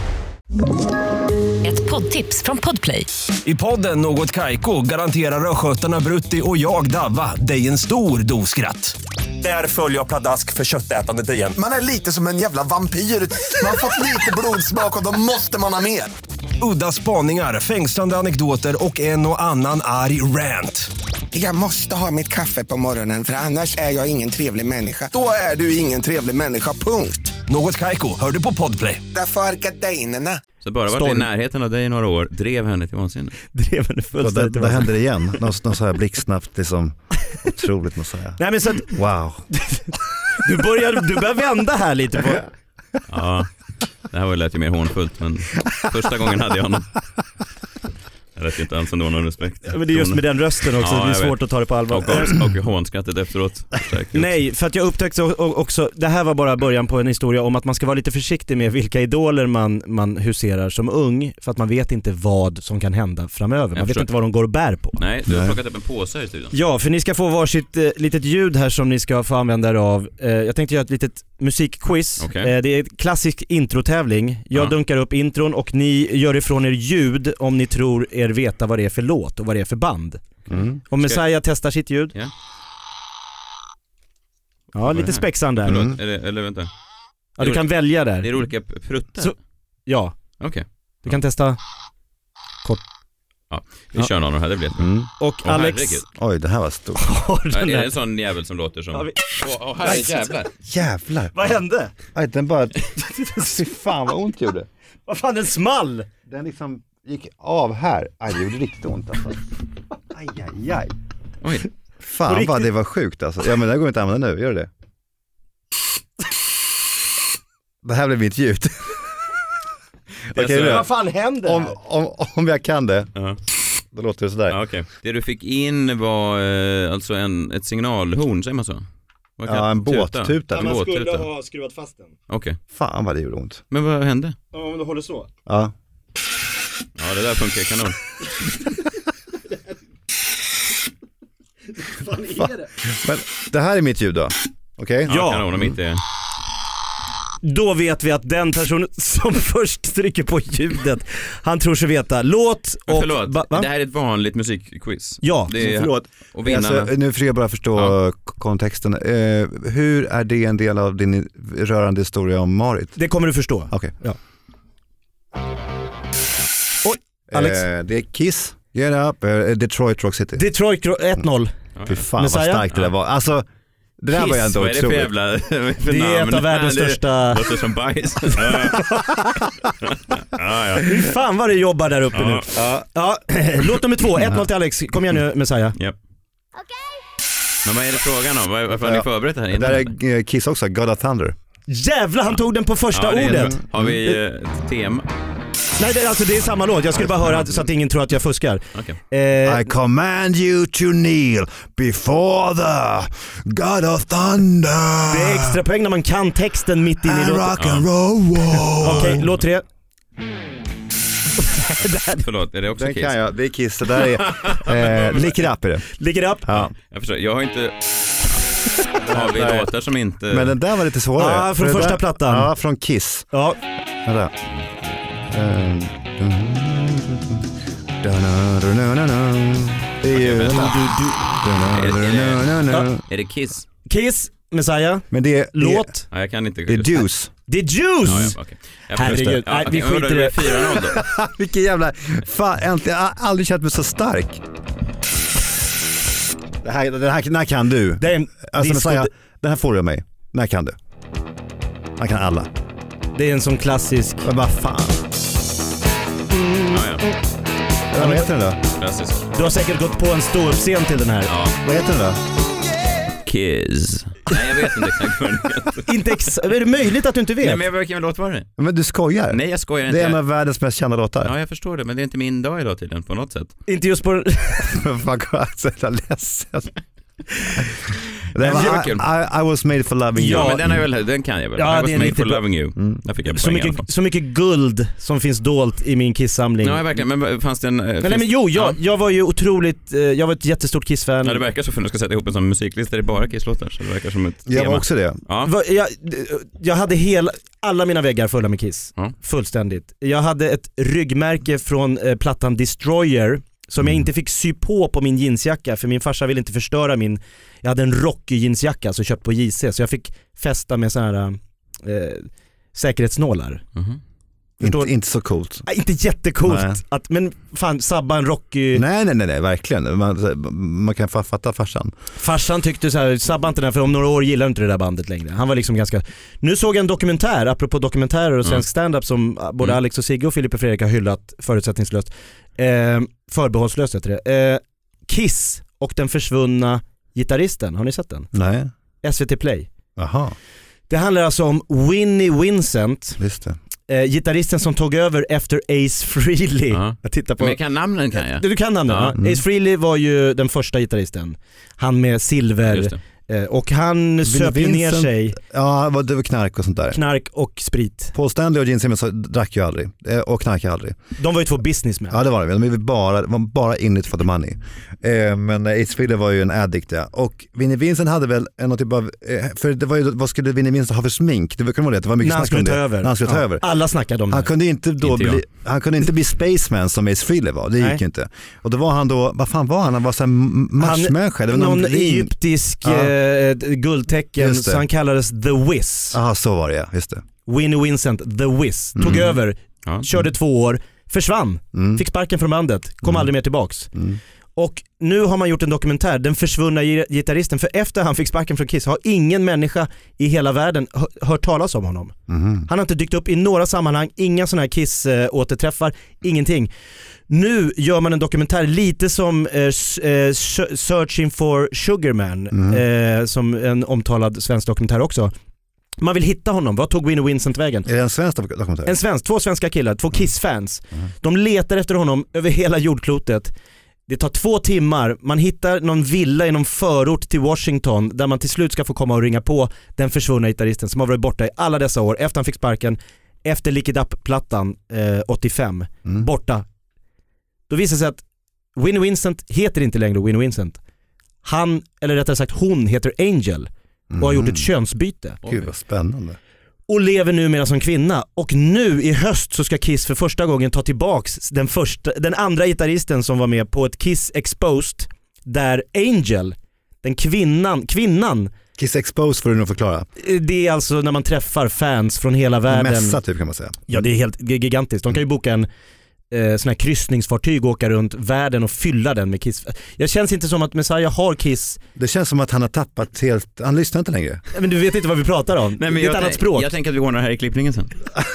Ett poddtips från Podplay. I podden Något Kaiko garanterar östgötarna Brutti och jag Davva dig en stor dos skratt. Där följer jag pladask för köttätandet igen. Man är lite som en jävla vampyr. Man har fått lite blodsmak och då måste man ha mer. Udda spaningar, fängslande anekdoter och en och annan arg rant. Jag måste ha mitt kaffe på morgonen för annars är jag ingen trevlig människa. Då är du ingen trevlig människa, punkt. Något Kaiko, hör du på Podplay. Därför är gardinerna. Så bara varit Storm. i närheten av dig i några år, drev henne till vansinne. Drev henne Så fullständigt. där, där hände det igen, något, något så här blixtsnabbt liksom, otroligt måste jag säga. Nej, men så att, Wow. du, börjar, du börjar vända här lite på... Ja, det här var lät ju mer hånfullt, men första gången hade jag honom. Jag vet inte alls om det var någon respekt. Men det är just med den rösten också, Ja, det är jag svårt vet. att ta det på allvar. Och, och, och hånskrattet efteråt. Nej, för att jag upptäckte också, det här var bara början på en historia om att man ska vara lite försiktig med vilka idoler man, man huserar som ung, för att man vet inte vad som kan hända framöver. Man vet förstår. inte vad de går och bär på. Nej, du har Nej. plockat upp en påse här i studion. Ja, för ni ska få varsitt eh, litet ljud här som ni ska få använda er av. Eh, jag tänkte göra ett litet musikquiz. Okej. Eh, det är ett klassisk introtävling. Jag Ja. dunkar upp intron och ni gör ifrån er ljud om ni tror er veta vad det är för låt och vad det är för band. Mm. Om Messiah testar sitt ljud. Ja. Ja, Vad är lite det här? spexan där. Förlåt, eller, eller vänta. Ja, du kan välja där. Det är olika pruttar? Så- Ja, Okej. du kan testa kort. Ja, vi Ja. kör någon av de här, det blir jättebra. Mm. Och Åh, Alex herregud. Oj, det här var stort. har Ja, den det är där. en sån jävel som låter som... Ja, Åh, vi- åh, herre jävlar. Jävlar. Vad hände? Aj, den bara, fy fan vad ont gjorde. Vad fan, den small! Den liksom gick av här. Aj, det gjorde riktigt ont alltså. Aj, aj, aj. Oj. På Fan riktigt? vad det var sjukt alltså. Ja, men det går inte att använda nu, gör det? Det här blev mitt ljud. Okej, alltså- nu. Vad fan händer om, här? om, om jag kan det, Ja. då låter det sådär. Ja, okej. Det du fick in var eh, alltså en, ett signalhorn, säger man så? Vad kan- Ja, en tuta? båttuta. En båttuta. ha skruvat fast den. Okej. Fan vad det gjorde ont. Men vad hände? Ja, om du håller så. Ja. Ja, det där funkar kanon. Vad fan är det? Men det här är mitt ljud då. Okej? Ja, Ja. kanon. Och mitt är... Då vet vi att den person som först trycker på ljudet, han tror sig veta låt Men och... förlåt, va- va? det här är ett vanligt musikquiz. Ja, det är... Förlåt. Och vinnarna... Alltså, nu försöker jag bara förstå Ja. k- kontexten. Eh, hur är det en del av din rörande historia om Marit? Det kommer du förstå. Okej. Ja. Oj, Alex. Eh, det är Kiss, Get Up, eh, Detroit Rock City. Detroit ett noll. Ja, Fy fan Messiah? vad starkt det där var. Alltså, Det där var jag inte vad är det för jävla för Det är namn? ett av världens Det största... låter som bajs. ja, ja. Fan vad det jobbar där uppe ja. nu. Ja. Ja. Låt nummer två, ett noll till Alex. Kom igen nu, Messiah. Yep. Men vad är det frågan om? Var, varför har ni förberett det här innan? Det där är Kiss också, God of Thunder. Jävlar, han tog den på första ja, ordet. Har vi ett tema? Nej, det, alltså, det är samma låt. Jag skulle bara höra så att ingen tror att jag fuskar. Okay. Eh, I command you to kneel before the God of Thunder. Det är extra poäng när man kan texten mitt in i låten. Rock and roll. Okej, okay, låt tre. Förlåt, är det också Den Kiss? Kan jag, det är Kiss, det där är eh, Lick It Up är det. Lick It Up? Ja. Jag förstår, jag har inte... Har vi låtar som inte... Men den där var lite svårare. Ja, ah, från För första där, plattan. Ja, från Kiss. Ja. Vänta. Um, det är ju... Är det Kiss? Kiss, Messiah. Men det är... Låt. Ja, jag kan inte... Det är Juice. Det är Juice! Ja, ja, okay. Herregud, ja, nej, okay. vi skiter i det. fyra noll då. Vilken jävla... Fan, äntligen. Jag har aldrig känt mig så stark. Det här, det här, när kan du? Det är en, alltså, Messiah, det här får du av mig. När kan du? När kan alla? Det är en sån klassisk... Men vad fan? Ja, ja. Ja, vad heter den då? Klassisk. Du har säkert gått på en stor scen till den här. Ja. Vad heter den då? Kiss. Nej, jag vet inte exakt vad den heter. Inte ex- är det möjligt att du inte vet? Nej, men vilken låt var det? Men du skojar? Nej, jag skojar inte. Det är en av världens mest kända låtar. Ja, jag förstår det, men det är inte min dag idag tydligen på något sätt. Inte just på... Fan, jag är så jävla ledsen. Det var, I, I, I was made for loving you. Ja, men den, är väl, den kan jag väl. Ja, I was det är made for bra. loving you. Mm. Där fick jag så, mycket, så mycket guld som finns dolt i min Kiss-samling. Ja, verkligen. Men fanns det en... Men, finns... nej, men jo, jag, ja. jag var ju otroligt... Jag var ett jättestort Kiss-fan. Ja, det verkar så, för nu ska sätta ihop en sån musiklista. Det är bara Kiss-låtar, så det verkar som ett Jag tema. var också det. Ja. Jag, jag hade hela, alla mina väggar fulla med Kiss. Ja. Fullständigt. Jag hade ett ryggmärke från eh, plattan Destroyer som Mm. jag inte fick sy på på min jeansjacka, för min farsa ville inte förstöra min... Jag hade en Rocky jeansjacka så köpt på J C, så jag fick fästa med så här eh, säkerhetsnålar. Mm-hmm. Inte, inte så coolt. Nej, inte jättecoolt. Nej. Att, men fan, sabba en Rocky... Nej, nej, nej, nej verkligen. Man, man kan fatta farsan. Farsan tyckte så här, sabba inte den, för om några år gillar inte det där bandet längre. Han var liksom ganska... Nu såg jag en dokumentär, apropå dokumentärer och svensk mm. stand-up, som både mm. Alex och Sigge och Filip och Fredrik har hyllat förutsättningslöst. Eh, förbehållslöst heter det. Eh, Kiss och den försvunna gitarristen, har ni sett den? Nej. S V T Play. Jaha. Det handlar alltså om Winnie Vincent. Just det. Eh, gitarristen som tog över efter Ace Frehley. Ja. Jag tittar på... Men jag kan namnen kan jag. Du, du kan namnen, ja. ja. Mm. Ace Frehley var ju den första gitarristen. Han med silver. Eh, och han söp ju ner sig. Ja, det var knark och sånt där. Knark och sprit. Paul Stanley och Gene Simmons drack ju aldrig. Eh, och knarkade aldrig. De var ju två businessmen. Ja, det var det. De var bara, de var bara in it for the money. Eh, men Ace Frehley var ju en addict, ja. Och Vinnie Vincent hade väl något typ av... Eh, för det var ju, vad skulle Vinnie Vincent ha för smink? Det var, det, det var mycket när han snack om skulle ta det. över. När han skulle ta ja. över. Alla snackade om det. Han kunde inte då inte bli, han kunde inte bli spaceman som Ace Frehley var. Det gick Nej. inte. Och då var han då, vad fan var han? Han var så här marschmänniska. Någon, någon egyptisk ja. eh, guldtecken, så han kallades The Wiz. Ja, så var det, ja. Just det. Winnie Vincent, The Wiz. Tog Mm. över, Ja. körde två år, försvann, Mm. fick sparken från bandet, kom Mm. aldrig mer tillbaks. Mm. Och nu har man gjort en dokumentär, Den försvunna gitarristen, för efter han fick sparken från Kiss har ingen människa i hela världen hör, hört talas om honom. Mm. Han har inte dykt upp i några sammanhang, inga sådana här Kiss-återträffar, ingenting. Nu gör man en dokumentär lite som eh, eh, Searching for Sugarman, Mm. eh, som en omtalad svensk dokumentär också. Man vill hitta honom, vad tog Winnie Vincent vägen? Är det en svensk dokumentär? En svensk, två svenska killar, två Kiss-fans. Mm. De letar efter honom över hela jordklotet. Det tar två timmar, man hittar någon villa i någon förort till Washington där man till slut ska få komma och ringa på den försvunna gitarristen som har varit borta i alla dessa år efter han fick sparken, efter Lick It Up-plattan eh, åttiofem, Mm. borta. Då visar det sig att Winnie Vincent heter inte längre Winnie Vincent. Han, eller rättare sagt hon, heter Angel och har gjort ett könsbyte. Gud vad spännande. Och lever numera som kvinna. Och nu i höst så ska Kiss för första gången ta tillbaks den, första, den andra gitarristen som var med på ett Kiss Exposed, där Angel, den kvinnan, kvinnan Kiss Exposed får du nog förklara. det är alltså när man träffar fans från hela världen. Mässa typ kan man säga. Ja, det är helt gigantiskt. De kan ju boka en eh, såna här kryssningsfartyg och åka runt världen och fylla den med Kiss. Jag känns inte som att Messiah har Kiss. Det känns som att han har tappat helt, han lyssnar inte längre. Men du vet inte vad vi pratar om. Nej, men det är ett jag, annat språk. Jag tänker att vi ordnar här i klippningen sen.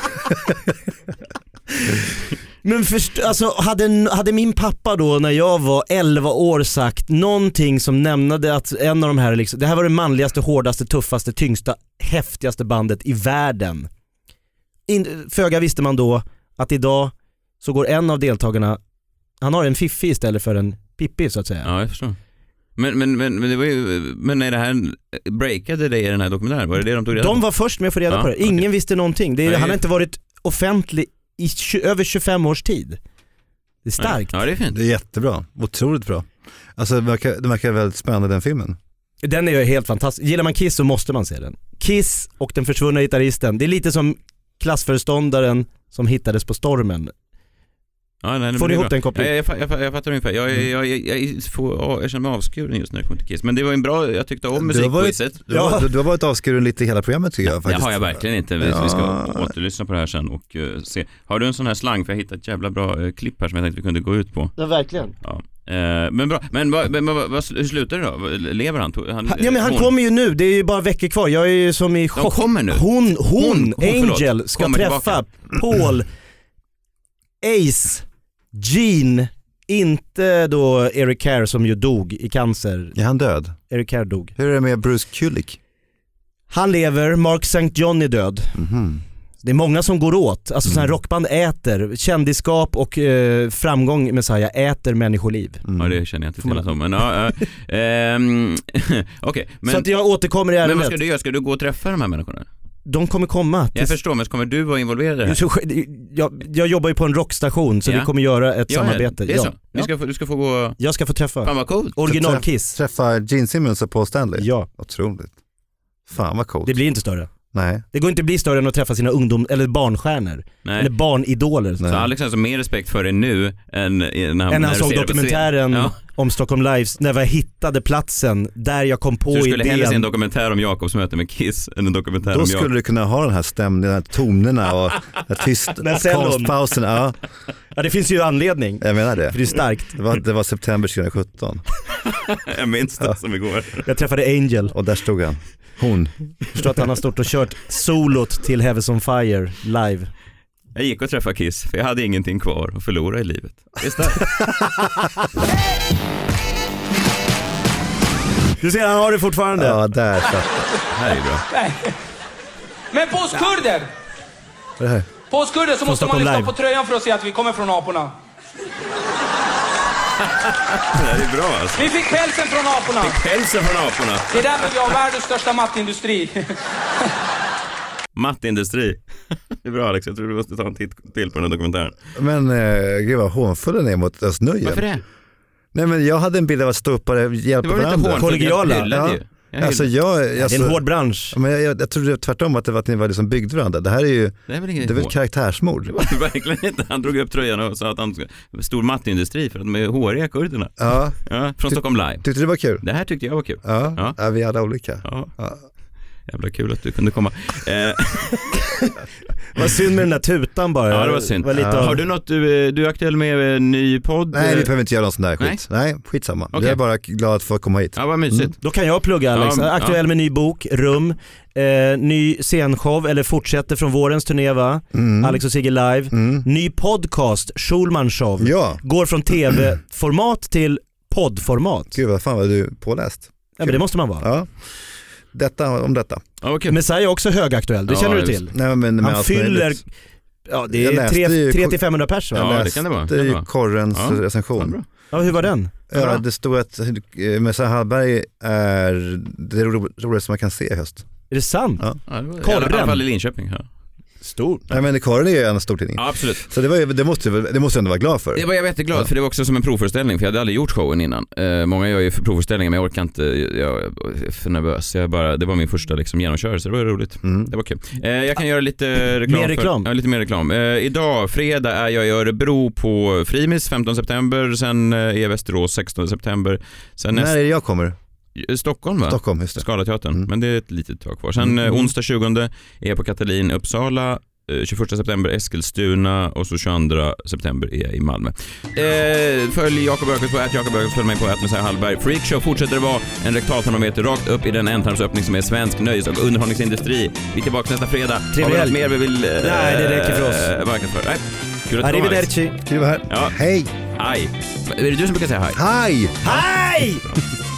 Men först, alltså, hade, hade min pappa då när jag var elva år sagt någonting som nämnde att en av de här liksom, det här var det manligaste, hårdaste, tuffaste, tyngsta, häftigaste bandet i världen. In, föga visste man då att idag så går en av deltagarna, han har en fiffi istället för en pippi så att säga. Ja, jag förstår. Men, men, men, men det var ju, men är det här, breakade det i den här dokumentären? Var det det de tog reda på? De var först med att få reda ja, på det. Ingen okay. visste någonting. Det är, Nej. Han har inte varit offentlig i tjugo, över tjugofem års tid. Det är starkt. Ja, det är fint. Det är jättebra. Otroligt bra. Alltså det verkar, det verkar väldigt spännande den filmen. Den är ju helt fantastisk. Gillar man Kiss så måste man se den. Kiss och den försvunna gitarristen. Det är lite som klassföreståndaren som hittades på stormen. Ja, nej, får ni ihop den kopplingen? Jag, jag, jag, jag fattar ungefär. Jag, jag, jag, jag, jag, får, jag känner mig avskuren just när det kommer till Kiss. Men det var en bra, jag tyckte om musikquizet. Du, ja. du, du har varit avskuren lite i hela programmet tycker jag faktiskt. Det har jag verkligen inte. Vi, ja. vi ska återlyssna på det här sen och uh, se. Har du en sån här slang? För jag hittade ett jävla bra uh, klipp här som jag tänkte vi kunde gå ut på. Ja, verkligen. Ja. Uh, men bra, men, men, men, men hur slutar det då? Lever han? han, han ja men han hon. kommer ju nu, det är ju bara veckor kvar. Jag är ju som i chock. De kommer nu. Hon, hon, hon, hon Angel förlåt, ska träffa tillbaka. Paul, Ace, Gene, inte då Eric Carr som ju dog i cancer. Är han död? Eric Carr dog. Hur är det med Bruce Kulick? Han lever, Mark Saint John är död. Mm-hmm. Det är många som går åt. Alltså mm. sådana här rockband äter. Kändisskap och eh, framgång med Messiah äter människoliv. Mm. Ja, det känner jag inte till om. Men, ja, äh, ähm, okay, men, så att jag återkommer i ärendet. Men vad ska du göra? Ska du gå och träffa de här människorna? De kommer komma. Jag förstår, men kommer du vara involverad i det här? Så, jag, jag jobbar ju på en rockstation så ja. vi kommer göra ett ja, samarbete. Det är ja. så? Du ska, få, du ska få gå... Jag ska få träffa. Fan vad coolt. Original träffa, Kiss. Träffa Gene Simmons och Paul Stanley. Ja. Otroligt. Fan vad coolt. Det blir inte större. Nej. Det går inte bli större än att träffa sina ungdom eller barnstjärnor. Nej. Eller barnidoler. Så Alex har alltså mer respekt för det nu än när han, än han såg dokumentären ja. om Stockholm Lives när vi hittade platsen där jag kom på idén. Så du skulle hellre se en dokumentär om Jakobs möte med Kiss än en dokumentär Då om skulle jag. du kunna ha den här stämningen, den här tonerna och den tyst konstpausen. Ja. ja, det finns ju anledning. Jag menar det. För det är starkt. Det var, det var september tjugosjutton. Jag minns det ja. som igår. Jag träffade Angel. Och där stod han. Hon. Jag förstår att han har stått och kört solot till Heaven's on Fire live. Jag gick och träffade Kiss för jag hade ingenting kvar att förlora i livet. Det är starkt. Du ser, han har det fortfarande. Ja, där satt det. Här är bra. Nej. Men på oss kurder! Vad är det här? På oss kurder så från måste Stockholm man lyssna live. på tröjan för att se att vi kommer från aporna. Det här är bra alltså. Vi fick pälsen från aporna. Fick pälsen från aporna. Det är därför vi har världens största mattindustri. Mattindustri. Det är bra Alex, jag tror du måste ta en titt till på den här dokumentären. Men eh, gud vad hånfull den är mot Östnöjen. Varför det? Nej men jag hade en bild av att ståuppare hjälper varandra. Kollegiala. Ja. Jag alltså, jag, alltså, det är en hård bransch. Men jag, jag, jag trodde tvärtom att det var att ni var liksom byggde varandra. Det här är ju det är väl, det är väl karaktärsmord. Det var verkligen inte. Han drog upp tröjan och sa att han stor mattindustri för att de är håriga kurderna. Ja. Ja, från Stockholm Live. Tyckte du det var kul? Det här tyckte jag var kul. Ja, ja. ja vi hade olika. Ja. Ja. Jävla kul att du kunde komma. Det var synd med den där tutan bara. Ja, det var synd. Var lite ja. av... Har du något, du, du är aktuell med en ny podd? Nej, vi behöver inte göra någon sån där skit. Nej, Nej skitsamma. Okay. Jag är bara glad att få komma hit. Ja, vad mysigt. Mm. Då kan jag plugga Alex. Ja, aktuell ja. med ny bok, Rum, eh, ny scenshow, eller fortsätter från vårens turné va? Mm. Alex och Sigge live. Mm. Ny podcast, Schulman show. Ja. Går från tv-format till poddformat. Gud, vad fan var du påläst? Ja, men det måste man vara. Ja. Detta om detta. Okay. Messiah är också högaktuell, det ja, känner du till. Nej, men, han fyller, ja det är tre till femhundra pers va? Jag det kan det vara. Det är Korrens ja. recension. Ja, hur var den? Ja, det stod att Messiah Hallberg är det roligaste man kan se i höst. Är det sant? Ja. Ja, det var, Korren? I alla fall i Linköping. Ja. Stor. Nej men Korren är ju en stor tidning. Ja, absolut. Så det, var, det måste det måste jag ändå vara glad för. Det var jag jätteglad ja. för det var också som en provföreställning för jag hade aldrig gjort showen innan. Eh, många gör ju för provföreställningar men jag orkar inte, jag är för nervös. Jag bara, det var min första liksom genomkörelse, så det var roligt. Mm. Det var kul. Eh, jag kan göra lite reklam. Mer reklam? För, ja, lite mer reklam. Eh, idag, fredag, är jag i Örebro på Frimis femtonde september, sen eh, i Västerås sextonde september. Sen När näst... är det jag kommer? Stockholm va? Stockholm, just det. Skalateatern, mm. men det är ett litet tag kvar. Sen mm. onsdag tjugonde är jag på Katalin Uppsala. tjugoförsta september Eskilstuna och så tjugoandra september är jag i Malmö. Eh, följ Jakob Öqvist på att Jakob Öqvist, följ mig på att Messiah Hallberg. Freakshow fortsätter att vara en rektaltermometer rakt upp i den ändtarmsöppning som är svensk nöjes- och underhållningsindustri. Vi är tillbaka nästa fredag. Trevlig Har vi något helg. mer vi vill... Eh, Nej, det räcker för oss. Varken för. Nej. Kul att du kom, Arrivederci. Kul att vara här. Ja. Hej. Hej. Är det du som brukar säga hej? Hej. Hej!